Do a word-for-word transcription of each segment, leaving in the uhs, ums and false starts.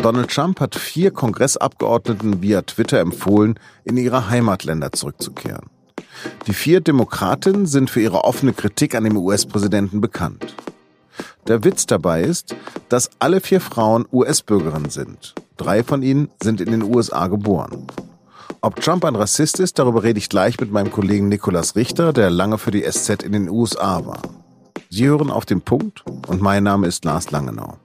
Donald Trump hat vier Kongressabgeordneten via Twitter empfohlen, in ihre Heimatländer zurückzukehren. Die vier Demokratinnen sind für ihre offene Kritik an dem U S-Präsidenten bekannt. Der Witz dabei ist, dass alle vier Frauen U S-Bürgerinnen sind. Drei von ihnen sind in den U S A geboren. Ob Trump ein Rassist ist, darüber rede ich gleich mit meinem Kollegen Nicholas Richter, der lange für die S Z in den U S A war. Sie hören Auf den Punkt und mein Name ist Lars Langenau.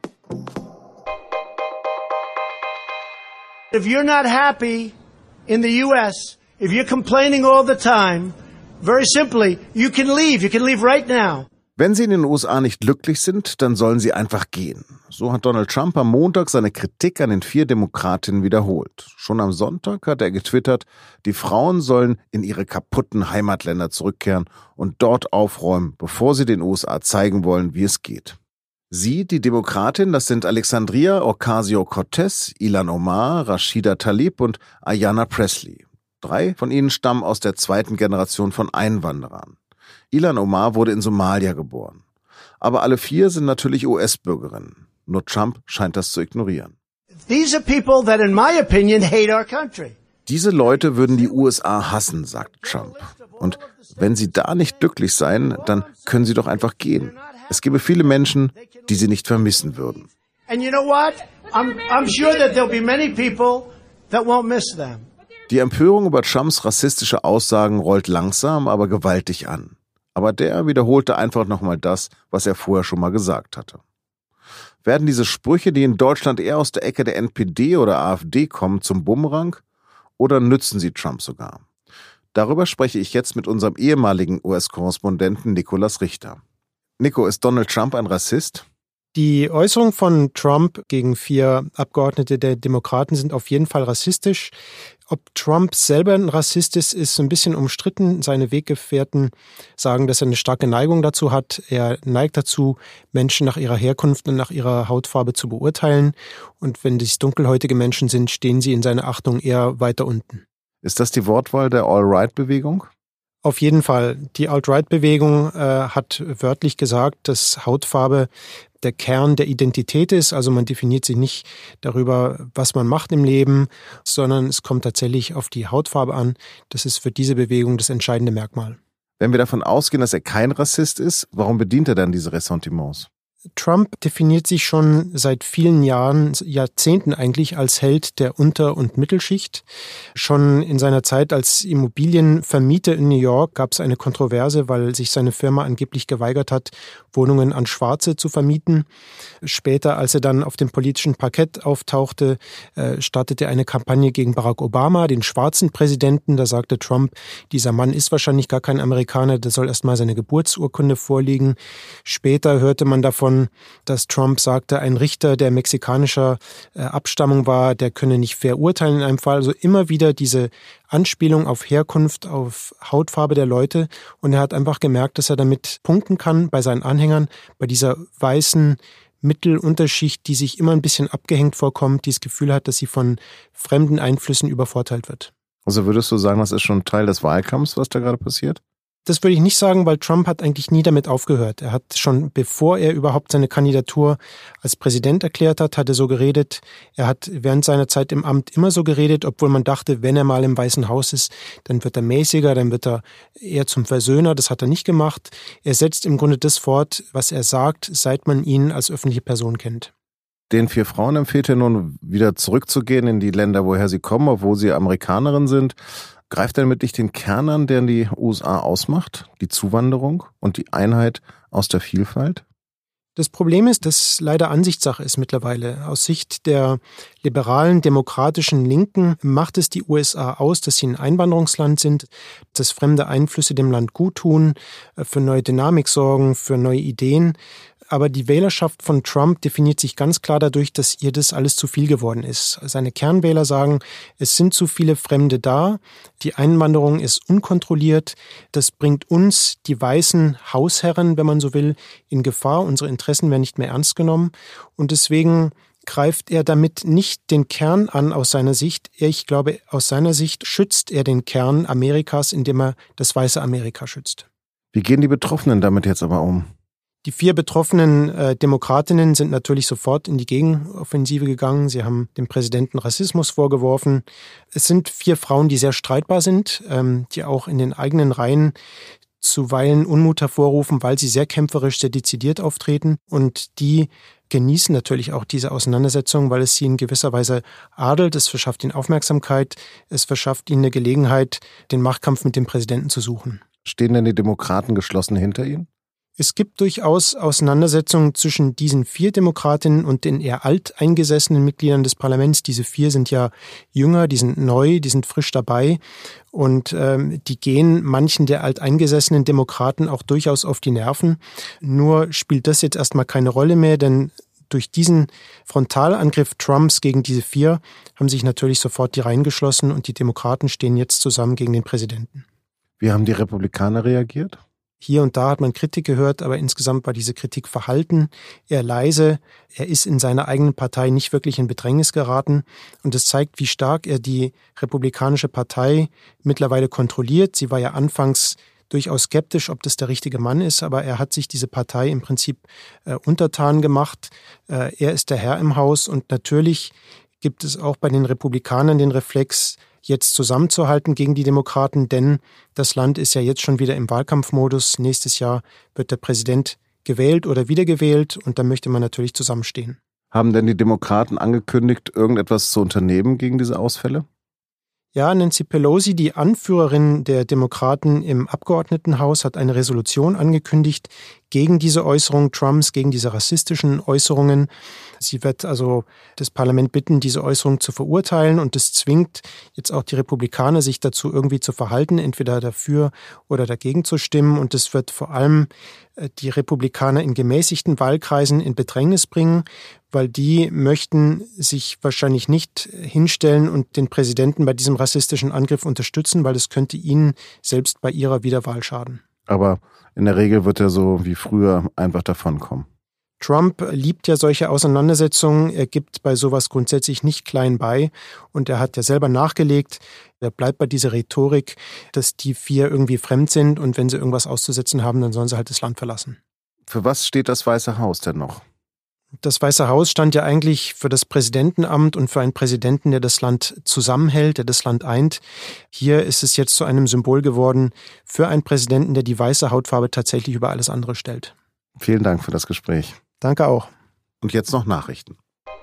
If you're not happy in the U S, if you're complaining all the time, very simply, you can leave. You can leave right now. Wenn Sie in den U S A nicht glücklich sind, dann sollen Sie einfach gehen. So hat Donald Trump am Montag seine Kritik an den vier Demokratinnen wiederholt. Schon am Sonntag hat er getwittert, die Frauen sollen in ihre kaputten Heimatländer zurückkehren und dort aufräumen, bevor sie den U S A zeigen wollen, wie es geht. Sie, die Demokratin, das sind Alexandria Ocasio-Cortez, Ilhan Omar, Rashida Tlaib und Ayanna Pressley. Drei von ihnen stammen aus der zweiten Generation von Einwanderern. Ilhan Omar wurde in Somalia geboren. Aber alle vier sind natürlich U S-Bürgerinnen. Nur Trump scheint das zu ignorieren. These are people that, in my opinion, hate our country. Diese Leute würden die U S A hassen, sagt Trump. Und wenn sie da nicht glücklich seien, dann können sie doch einfach gehen. Es gäbe viele Menschen, die sie nicht vermissen würden. And you know what? I'm, I'm sure that there'll be many people that won't miss them. Die Empörung über Trumps rassistische Aussagen rollt langsam, aber gewaltig an. Aber der wiederholte einfach nochmal das, was er vorher schon mal gesagt hatte. Werden diese Sprüche, die in Deutschland eher aus der Ecke der N P D oder A F D kommen, zum Bumerang? Oder nützen sie Trump sogar? Darüber spreche ich jetzt mit unserem ehemaligen U S-Korrespondenten Nicholas Richter. Nico, ist Donald Trump ein Rassist? Die Äußerungen von Trump gegen vier Abgeordnete der Demokraten sind auf jeden Fall rassistisch. Ob Trump selber ein Rassist ist, ist ein bisschen umstritten. Seine Weggefährten sagen, dass er eine starke Neigung dazu hat. Er neigt dazu, Menschen nach ihrer Herkunft und nach ihrer Hautfarbe zu beurteilen. Und wenn dies dunkelhäutige Menschen sind, stehen sie in seiner Achtung eher weiter unten. Ist das die Wortwahl der All-Right-Bewegung? Auf jeden Fall. Die Alt-Right-Bewegung äh, hat wörtlich gesagt, dass Hautfarbe der Kern der Identität ist. Also man definiert sich nicht darüber, was man macht im Leben, sondern es kommt tatsächlich auf die Hautfarbe an. Das ist für diese Bewegung das entscheidende Merkmal. Wenn wir davon ausgehen, dass er kein Rassist ist, warum bedient er dann diese Ressentiments? Trump definiert sich schon seit vielen Jahren, Jahrzehnten eigentlich, als Held der Unter- und Mittelschicht. Schon in seiner Zeit als Immobilienvermieter in New York gab es eine Kontroverse, weil sich seine Firma angeblich geweigert hat, Wohnungen an Schwarze zu vermieten. Später, als er dann auf dem politischen Parkett auftauchte, startete er eine Kampagne gegen Barack Obama, den schwarzen Präsidenten. Da sagte Trump, dieser Mann ist wahrscheinlich gar kein Amerikaner, der soll erst mal seine Geburtsurkunde vorlegen. Später hörte man davon, dass Trump sagte, ein Richter, der mexikanischer äh, Abstammung war, der könne nicht fair urteilen in einem Fall. Also immer wieder diese Anspielung auf Herkunft, auf Hautfarbe der Leute. Und er hat einfach gemerkt, dass er damit punkten kann bei seinen Anhängern, bei dieser weißen Mittelunterschicht, die sich immer ein bisschen abgehängt vorkommt, die das Gefühl hat, dass sie von fremden Einflüssen übervorteilt wird. Also würdest du sagen, das ist schon Teil des Wahlkampfs, was da gerade passiert? Das würde ich nicht sagen, weil Trump hat eigentlich nie damit aufgehört. Er hat schon, bevor er überhaupt seine Kandidatur als Präsident erklärt hat, hat er so geredet. Er hat während seiner Zeit im Amt immer so geredet, obwohl man dachte, wenn er mal im Weißen Haus ist, dann wird er mäßiger, dann wird er eher zum Versöhner. Das hat er nicht gemacht. Er setzt im Grunde das fort, was er sagt, seit man ihn als öffentliche Person kennt. Den vier Frauen empfiehlt er nun, wieder zurückzugehen in die Länder, woher sie kommen, obwohl sie Amerikanerinnen sind. Greift er damit nicht den Kern an, der die U S A ausmacht, die Zuwanderung und die Einheit aus der Vielfalt? Das Problem ist, dass leider Ansichtssache ist mittlerweile. Aus Sicht der liberalen, demokratischen Linken macht es die U S A aus, dass sie ein Einwanderungsland sind, dass fremde Einflüsse dem Land gut tun, für neue Dynamik sorgen, für neue Ideen. Aber die Wählerschaft von Trump definiert sich ganz klar dadurch, dass ihr das alles zu viel geworden ist. Seine Kernwähler sagen, es sind zu viele Fremde da, die Einwanderung ist unkontrolliert, das bringt uns, die weißen Hausherren, wenn man so will, in Gefahr, unsere Interessen werden nicht mehr ernst genommen und deswegen greift er damit nicht den Kern an aus seiner Sicht. Ich glaube, aus seiner Sicht schützt er den Kern Amerikas, indem er das weiße Amerika schützt. Wie gehen die Betroffenen damit jetzt aber um? Die vier betroffenen äh, Demokratinnen sind natürlich sofort in die Gegenoffensive gegangen. Sie haben dem Präsidenten Rassismus vorgeworfen. Es sind vier Frauen, die sehr streitbar sind, ähm, die auch in den eigenen Reihen zuweilen Unmut hervorrufen, weil sie sehr kämpferisch, sehr dezidiert auftreten. Und die genießen natürlich auch diese Auseinandersetzung, weil es sie in gewisser Weise adelt. Es verschafft ihnen Aufmerksamkeit. Es verschafft ihnen eine Gelegenheit, den Machtkampf mit dem Präsidenten zu suchen. Stehen denn die Demokraten geschlossen hinter ihnen? Es gibt durchaus Auseinandersetzungen zwischen diesen vier Demokratinnen und den eher alteingesessenen Mitgliedern des Parlaments. Diese vier sind ja jünger, die sind neu, die sind frisch dabei und ähm, die gehen manchen der alteingesessenen Demokraten auch durchaus auf die Nerven. Nur spielt das jetzt erstmal keine Rolle mehr, denn durch diesen Frontalangriff Trumps gegen diese vier haben sich natürlich sofort die Reihen geschlossen und die Demokraten stehen jetzt zusammen gegen den Präsidenten. Wie haben die Republikaner reagiert? Hier und da hat man Kritik gehört, aber insgesamt war diese Kritik verhalten, eher leise. Er ist in seiner eigenen Partei nicht wirklich in Bedrängnis geraten. Und es zeigt, wie stark er die Republikanische Partei mittlerweile kontrolliert. Sie war ja anfangs durchaus skeptisch, ob das der richtige Mann ist, aber er hat sich diese Partei im Prinzip äh, untertan gemacht. Äh, er ist der Herr im Haus und natürlich gibt es auch bei den Republikanern den Reflex, jetzt zusammenzuhalten gegen die Demokraten, denn das Land ist ja jetzt schon wieder im Wahlkampfmodus. Nächstes Jahr wird der Präsident gewählt oder wiedergewählt und da möchte man natürlich zusammenstehen. Haben denn die Demokraten angekündigt, irgendetwas zu unternehmen gegen diese Ausfälle? Ja, Nancy Pelosi, die Anführerin der Demokraten im Abgeordnetenhaus, hat eine Resolution angekündigt gegen diese Äußerungen Trumps, gegen diese rassistischen Äußerungen. Sie wird also das Parlament bitten, diese Äußerungen zu verurteilen und es zwingt jetzt auch die Republikaner, sich dazu irgendwie zu verhalten, entweder dafür oder dagegen zu stimmen. Und es wird vor allem die Republikaner in gemäßigten Wahlkreisen in Bedrängnis bringen, weil die möchten sich wahrscheinlich nicht hinstellen und den Präsidenten bei diesem rassistischen Angriff unterstützen, weil es könnte ihnen selbst bei ihrer Wiederwahl schaden. Aber in der Regel wird er so wie früher einfach davonkommen. Trump liebt ja solche Auseinandersetzungen. Er gibt bei sowas grundsätzlich nicht klein bei. Und er hat ja selber nachgelegt, er bleibt bei dieser Rhetorik, dass die vier irgendwie fremd sind und wenn sie irgendwas auszusetzen haben, dann sollen sie halt das Land verlassen. Für was steht das Weiße Haus denn noch? Das Weiße Haus stand ja eigentlich für das Präsidentenamt und für einen Präsidenten, der das Land zusammenhält, der das Land eint. Hier ist es jetzt zu einem Symbol geworden für einen Präsidenten, der die weiße Hautfarbe tatsächlich über alles andere stellt. Vielen Dank für das Gespräch. Danke auch. Und jetzt noch Nachrichten.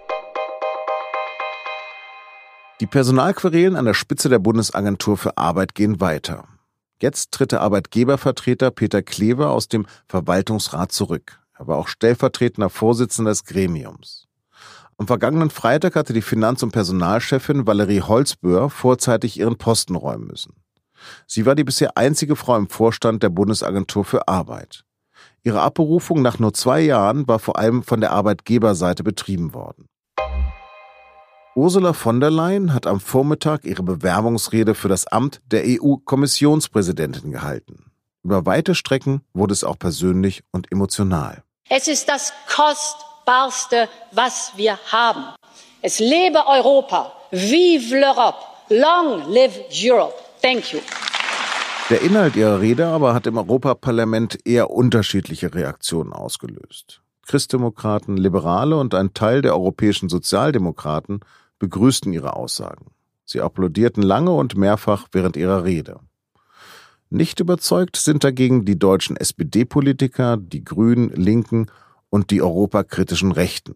Die Personalquerelen an der Spitze der Bundesagentur für Arbeit gehen weiter. Jetzt tritt der Arbeitgebervertreter Peter Klever aus dem Verwaltungsrat zurück. Er war auch stellvertretender Vorsitzender des Gremiums. Am vergangenen Freitag hatte die Finanz- und Personalchefin Valerie Holzböhr vorzeitig ihren Posten räumen müssen. Sie war die bisher einzige Frau im Vorstand der Bundesagentur für Arbeit. Ihre Abberufung nach nur zwei Jahren war vor allem von der Arbeitgeberseite betrieben worden. Ursula von der Leyen hat am Vormittag ihre Bewerbungsrede für das Amt der E U-Kommissionspräsidentin gehalten. Über weite Strecken wurde es auch persönlich und emotional. Es ist das Kostbarste, was wir haben. Es lebe Europa. Vive l'Europe. Long live Europe. Thank you. Der Inhalt ihrer Rede aber hat im Europaparlament eher unterschiedliche Reaktionen ausgelöst. Christdemokraten, Liberale und ein Teil der europäischen Sozialdemokraten begrüßten ihre Aussagen. Sie applaudierten lange und mehrfach während ihrer Rede. Nicht überzeugt sind dagegen die deutschen S P D-Politiker, die Grünen, Linken und die europakritischen Rechten.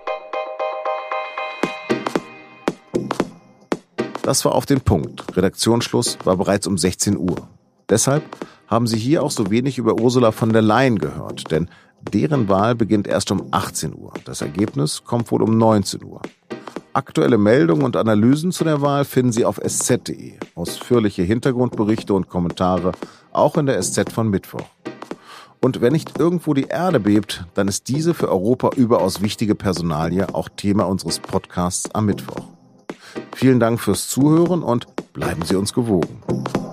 Das war auf den Punkt. Redaktionsschluss war bereits um sechzehn Uhr. Deshalb haben Sie hier auch so wenig über Ursula von der Leyen gehört, denn deren Wahl beginnt erst um achtzehn Uhr. Das Ergebnis kommt wohl um neunzehn Uhr. Aktuelle Meldungen und Analysen zu der Wahl finden Sie auf S Z punkt de. Ausführliche Hintergrundberichte und Kommentare auch in der S Z von Mittwoch. Und wenn nicht irgendwo die Erde bebt, dann ist diese für Europa überaus wichtige Personalie auch Thema unseres Podcasts am Mittwoch. Vielen Dank fürs Zuhören und bleiben Sie uns gewogen.